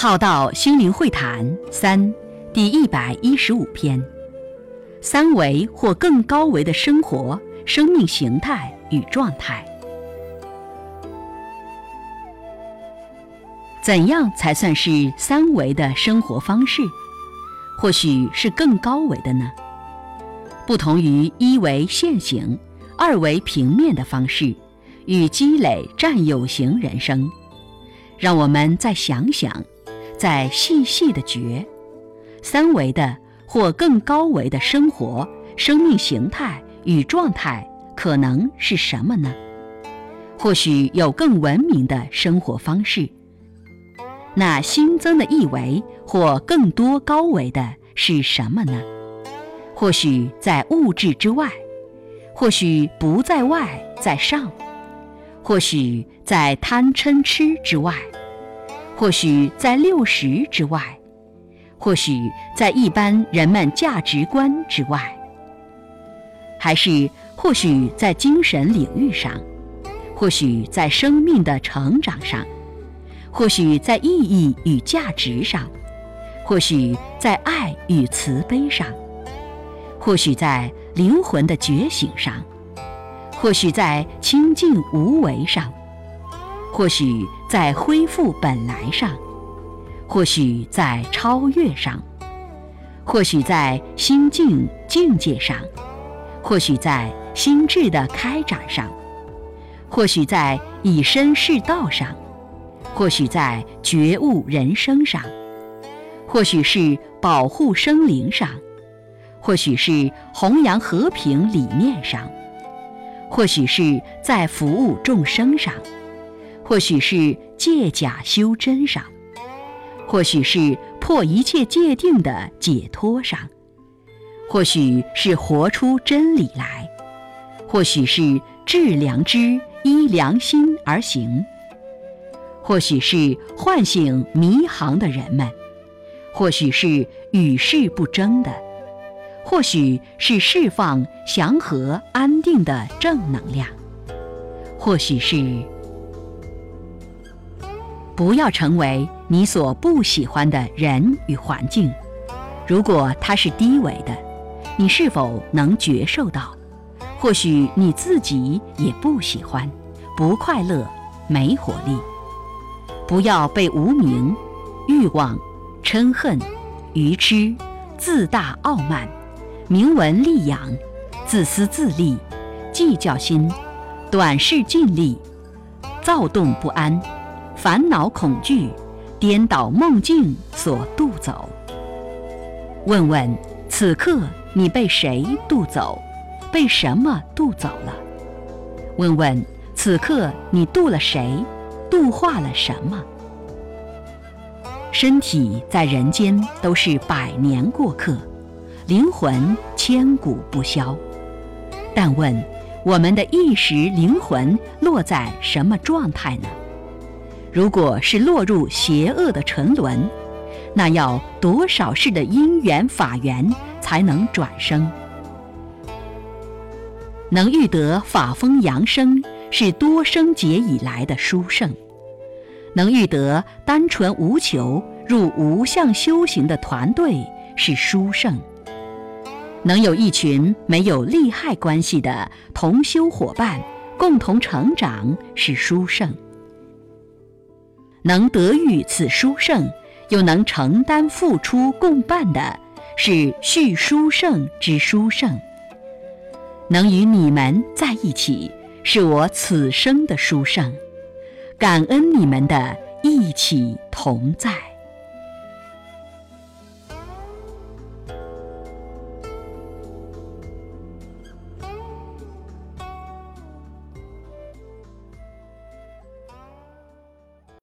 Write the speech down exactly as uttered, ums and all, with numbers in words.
浩道心灵会谈三第一百一十五篇，三维或更高维的生活、生命形态与状态。怎样才算是三维的生活方式？或许是更高维的呢？不同于一维线形、二维平面的方式与积累占有型人生，让我们再想想，再细细的觉，三维的或更高维的生活、生命形态与状态可能是什么呢？或许有更文明的生活方式。那新增的一维或更多高维的是什么呢？或许在物质之外，或许不在外在上，或许在贪嗔痴之外，或许在六识之外，或许在一般人们价值观之外，还是或许在精神领域上，或许在生命的成长上，或许在意义与价值上，或许在爱与慈悲上，或许在灵魂的觉醒上，或许在清净无为上，或许在恢复本来上，或许在超越上，或许在心境境界上，或许在心智的开展上，或许在以身试道上，或许在觉悟人生上，或许是保护生灵上，或许是弘扬和平理念上，或许是在服务众生上，或许是借假修真上，或许是破一切界定的解脱上，或许是活出真理来，或许是致良知依良心而行，或许是唤醒迷航的人们，或许是与世不争的，或许是释放祥和安定的正能量，或许是不要成为你所不喜欢的人与环境。如果它是低维的，你是否能觉受到？或许你自己也不喜欢，不快乐，没活力。不要被无明、欲望、嗔恨、愚痴、自大傲慢、名闻利养、自私自利、计较心、短视近利、躁动不安、烦恼恐惧、颠倒梦境所渡走。问问此刻你被谁渡走，被什么渡走了？问问此刻你渡了谁，度化了什么？身体在人间都是百年过客，灵魂千古不消。但问我们的意识灵魂落在什么状态呢？如果是落入邪恶的沉沦，那要多少世的因缘法缘才能转生？能遇得法风扬生，是多生劫以来的殊胜。能遇得单纯无求入无相修行的团队，是殊胜。能有一群没有利害关系的同修伙伴共同成长，是殊胜。能得遇此殊胜，又能承担付出共伴的，是续殊胜之殊胜。能与你们在一起，是我此生的殊胜。感恩你们的一起同在。